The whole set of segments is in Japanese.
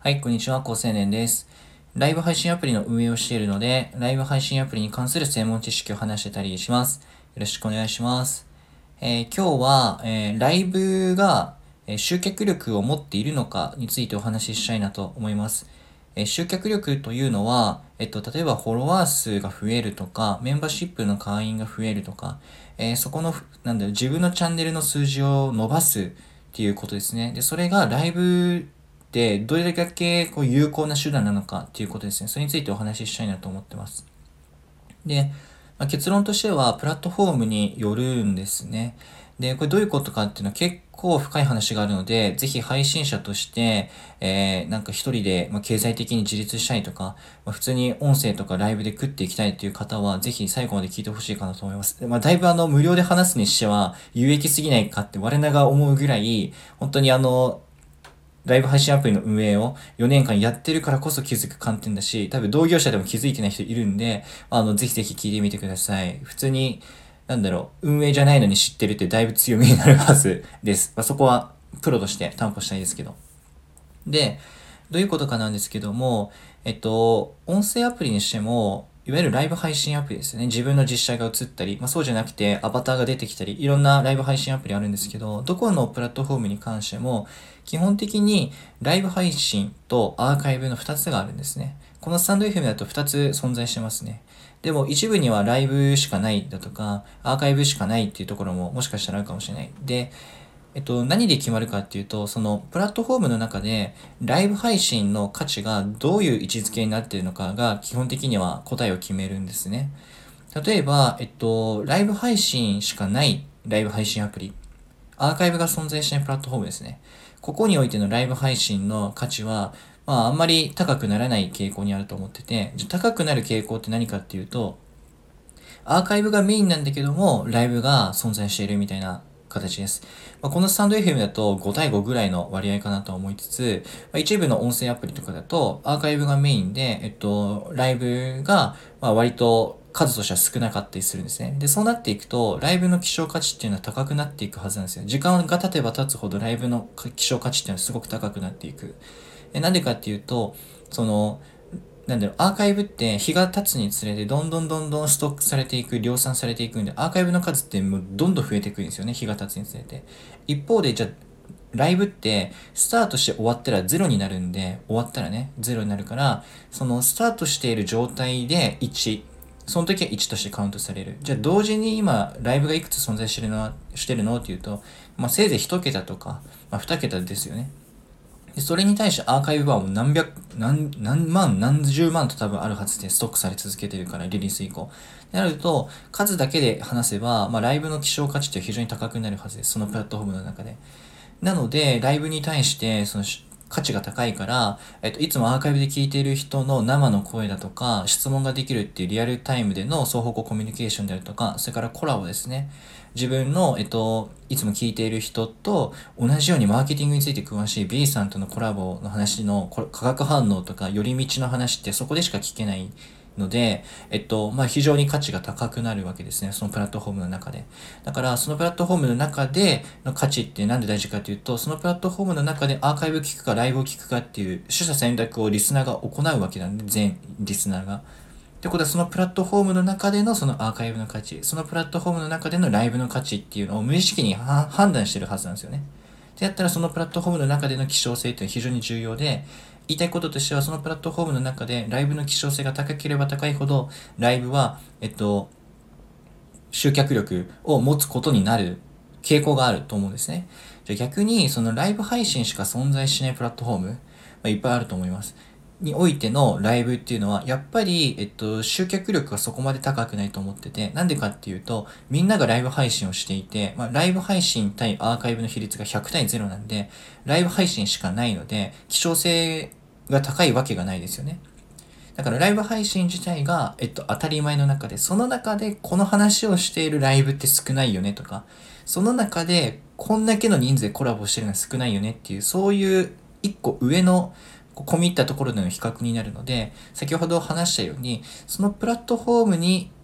はい、こんにちは、高青年です。ライブ配信アプリの運営をしているので、ライブ配信アプリに関する専門知識を話してたりします。よろしくお願いします。今日は、ライブが、集客力を持っているのかについてお話ししたいなと思います。集客力というのは、例えばフォロワー数が増えるとか、メンバーシップの会員が増えるとか、そこの、自分のチャンネルの数字を伸ばすっていうことですね。で、それがライブでどれだけ有効な手段なのかっていうことですね。それについてお話ししたいなと思ってます。で、結論としてはプラットフォームによるんですね。で、これどういうことかっていうのは結構深い話があるので、ぜひ配信者として、なんか一人で、経済的に自立したいとか、普通に音声とかライブで食っていきたいという方は、ぜひ最後まで聞いてほしいかなと思います。だいぶ無料で話すにしては有益すぎないかって我なが思うぐらい、本当にライブ配信アプリの運営を4年間やってるからこそ気づく観点だし、多分同業者でも気づいてない人いるんで、ぜひぜひ聞いてみてください。普通に、運営じゃないのに知ってるってだいぶ強みになるはずです。そこはプロとして担保したいですけど。で、どういうことかなんですけども、音声アプリにしても、いわゆるライブ配信アプリですね。自分の実写が映ったり、そうじゃなくてアバターが出てきたり、いろんなライブ配信アプリあるんですけど、どこのプラットフォームに関しても、基本的にライブ配信とアーカイブの2つがあるんですね。このスタンド FM だと2つ存在してますね。でも一部にはライブしかないだとか、アーカイブしかないっていうところももしかしたらあるかもしれない。で、何で決まるかっていうと、そのプラットフォームの中でライブ配信の価値がどういう位置づけになっているのかが基本的には答えを決めるんですね。例えば、ライブ配信しかないライブ配信アプリ、アーカイブが存在しないプラットフォームですね。ここにおいてのライブ配信の価値は、あんまり高くならない傾向にあると思ってて、じゃ高くなる傾向って何かっていうと、アーカイブがメインなんだけども、ライブが存在しているみたいな形です。このスタンド FM だと5対5ぐらいの割合かなと思いつつ、一部の音声アプリとかだとアーカイブがメインで、ライブが割と数としては少なかったりするんですね。で、そうなっていくと、ライブの希少価値っていうのは高くなっていくはずなんですよ。時間が経てば経つほどライブの希少価値っていうのはすごく高くなっていく。なんでかっていうと、その、アーカイブって日が経つにつれてどんどんストックされていく、量産されていくんで、アーカイブの数ってもうどんどん増えていくんですよね、日が経つにつれて。一方で、じゃあ、ライブってスタートして終わったらゼロになるんで、終わったらね、ゼロになるから、そのスタートしている状態で1、その時は1としてカウントされる。じゃあ同時に今、ライブがいくつ存在してるのっていうと、せいぜい1桁とか、2桁ですよね。でそれに対してアーカイブはもう何万、何十万と多分あるはずでストックされ続けてるから、リリース以降。なると、数だけで話せば、ライブの希少価値って非常に高くなるはずです。そのプラットフォームの中で。なので、ライブに対して、価値が高いから、いつもアーカイブで聞いている人の生の声だとか、質問ができるっていうリアルタイムでの双方向コミュニケーションであるとか、それからコラボですね。自分の、いつも聞いている人と同じようにマーケティングについて詳しい B さんとのコラボの話の化学反応とか寄り道の話ってそこでしか聞けないので、非常に価値が高くなるわけですね。そのプラットフォームの中で。だから、そのプラットフォームの中での価値ってなんで大事かというと、そのプラットフォームの中でアーカイブ聞くかライブを聞くかっていう取捨選択をリスナーが行うわけなんで、全リスナーが。ってことは、そのプラットフォームの中でのそのアーカイブの価値、そのプラットフォームの中でのライブの価値っていうのを無意識に判断してるはずなんですよね。でやったらそのプラットフォームの中での希少性っていうのは非常に重要で、言いたいこととしてはそのプラットフォームの中でライブの希少性が高ければ高いほど、ライブは、集客力を持つことになる傾向があると思うんですね。じゃあ逆にそのライブ配信しか存在しないプラットフォーム、いっぱいあると思います。においてのライブっていうのは、やっぱり、集客力がそこまで高くないと思ってて、なんでかっていうと、みんながライブ配信をしていて、ライブ配信対アーカイブの比率が100対0なんで、ライブ配信しかないので、希少性が高いわけがないですよね。だからライブ配信自体が、当たり前の中で、その中でこの話をしているライブって少ないよねとか、その中でこんだけの人数でコラボしてるのは少ないよねっていう、そういう一個上の込み入ったところでの比較になるので、先ほど話したように、そのプラットフォームに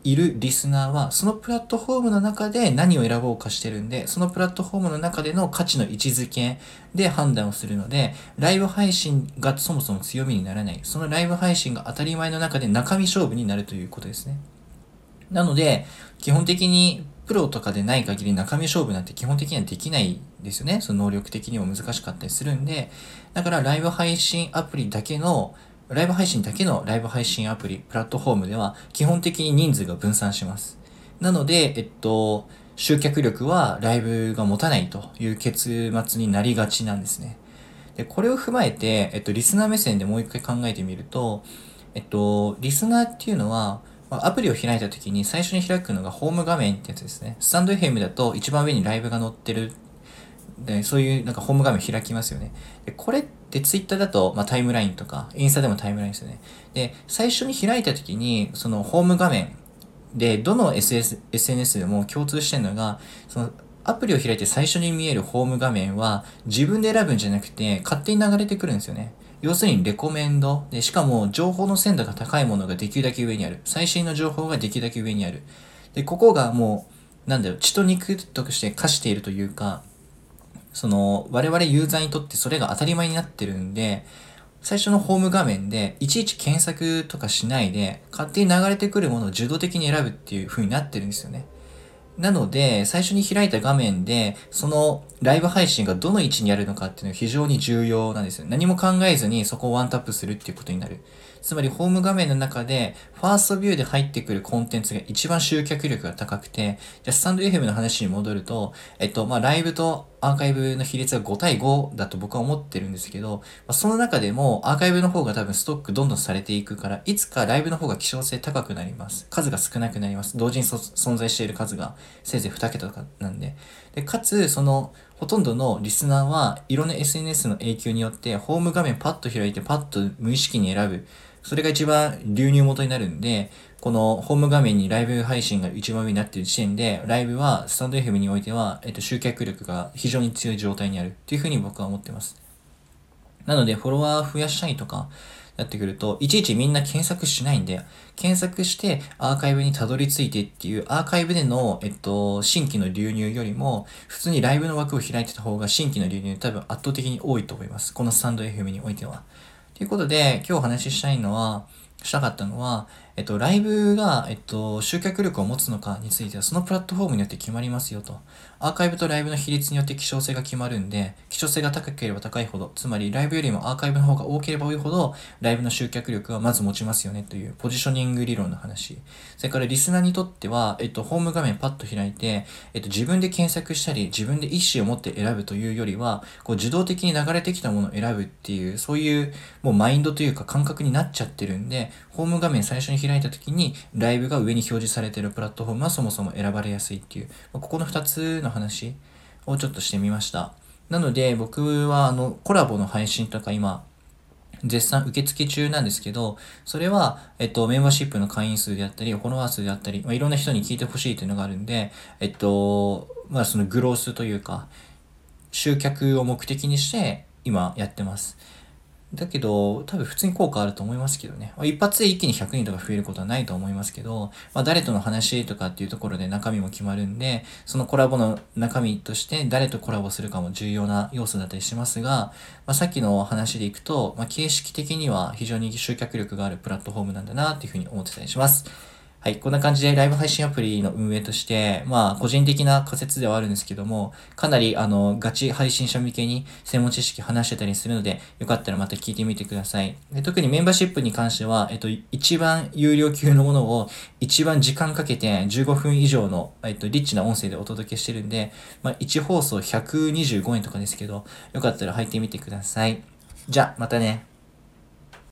いるリスナーは、そのプラットフォームの中で何を選ぼうかしてるんで、そのプラットフォームの中での価値の位置づけで判断をするので、ライブ配信がそもそも強みにならない。そのライブ配信が当たり前の中で中身勝負になるということですね。なので、基本的にプロとかでない限り中身勝負なんて基本的にはできないですよね。その能力的にも難しかったりするんで、だからライブ配信アプリだけのライブ配信だけのライブ配信アプリ、プラットフォームでは基本的に人数が分散します。なので、集客力はライブが持たないという結末になりがちなんですね。で、これを踏まえて、リスナー目線でもう一回考えてみると、リスナーっていうのは、アプリを開いた時に最初に開くのがホーム画面ってやつですね。スタンド FM だと一番上にライブが載ってる。で、そういうなんかホーム画面開きますよね。で、これってツイッターだと、タイムラインとか、インスタでもタイムラインですよね。で、最初に開いた時に、そのホーム画面で、どの SNS でも共通してるのが、そのアプリを開いて最初に見えるホーム画面は自分で選ぶんじゃなくて勝手に流れてくるんですよね。要するにレコメンドで、しかも情報の鮮度が高いものができるだけ上にある。最新の情報ができるだけ上にある。で、ここがもう、血と肉として化しているというか、我々ユーザーにとってそれが当たり前になってるんで、最初のホーム画面でいちいち検索とかしないで、勝手に流れてくるものを受動的に選ぶっていう風になってるんですよね。なので、最初に開いた画面で、そのライブ配信がどの位置にあるのかっていうのが非常に重要なんですよ。何も考えずにそこをワンタップするっていうことになる。つまり、ホーム画面の中で、ファーストビューで入ってくるコンテンツが一番集客力が高くて、じゃあ、スタンド FM の話に戻ると、ライブとアーカイブの比率が5対5だと僕は思ってるんですけど、その中でもアーカイブの方が多分ストックどんどんされていくから、いつかライブの方が希少性高くなります。数が少なくなります。同時に存在している数がせいぜい2桁とかなんで。で、かつ、ほとんどのリスナーはいろんな SNS の影響によってホーム画面パッと開いてパッと無意識に選ぶ。それが一番流入元になるんで、このホーム画面にライブ配信が一番上になっている時点で、ライブはスタンド FM においては、集客力が非常に強い状態にあるっていうふうに僕は思ってます。なので、フォロワー増やしたいとか、なってくると、いちいちみんな検索しないんで、検索してアーカイブにたどり着いてっていう、アーカイブでの、新規の流入よりも、普通にライブの枠を開いてた方が新規の流入多分圧倒的に多いと思います。このスタンド FM においては。ということで、今日お話ししたかったのは、ライブが、集客力を持つのかについては、そのプラットフォームによって決まりますよと。アーカイブとライブの比率によって希少性が決まるんで、希少性が高ければ高いほど、つまりライブよりもアーカイブの方が多ければ多いほど、ライブの集客力はまず持ちますよねというポジショニング理論の話。それからリスナーにとっては、ホーム画面パッと開いて、自分で検索したり、自分で意思を持って選ぶというよりは、自動的に流れてきたものを選ぶっていう、そういうもうマインドというか感覚になっちゃってるんで、ホーム画面最初に開いた時に、ライブが上に表示されているプラットフォームはそもそも選ばれやすいっていう、ここの2つの話をちょっとしてみました。なので僕はコラボの配信とか今、絶賛受付中なんですけど、それは、メンバーシップの会員数であったり、フォロワー数であったり、いろんな人に聞いてほしいというのがあるんで、そのグロースというか、集客を目的にして今やってます。だけど、多分普通に効果あると思いますけどね。一発で一気に100人とか増えることはないと思いますけど、誰との話とかっていうところで中身も決まるんで、そのコラボの中身として誰とコラボするかも重要な要素だったりしますが、さっきの話でいくと、形式的には非常に集客力があるプラットフォームなんだなっていうふうに思ってたりします。はい、こんな感じでライブ配信アプリの運営として、個人的な仮説ではあるんですけども、かなりガチ配信者向けに専門知識話してたりするので、よかったらまた聞いてみてください。特にメンバーシップに関しては、一番有料級のものを一番時間かけて15分以上の、リッチな音声でお届けしてるんで、1放送125円とかですけど、よかったら入ってみてください。じゃあ、またね。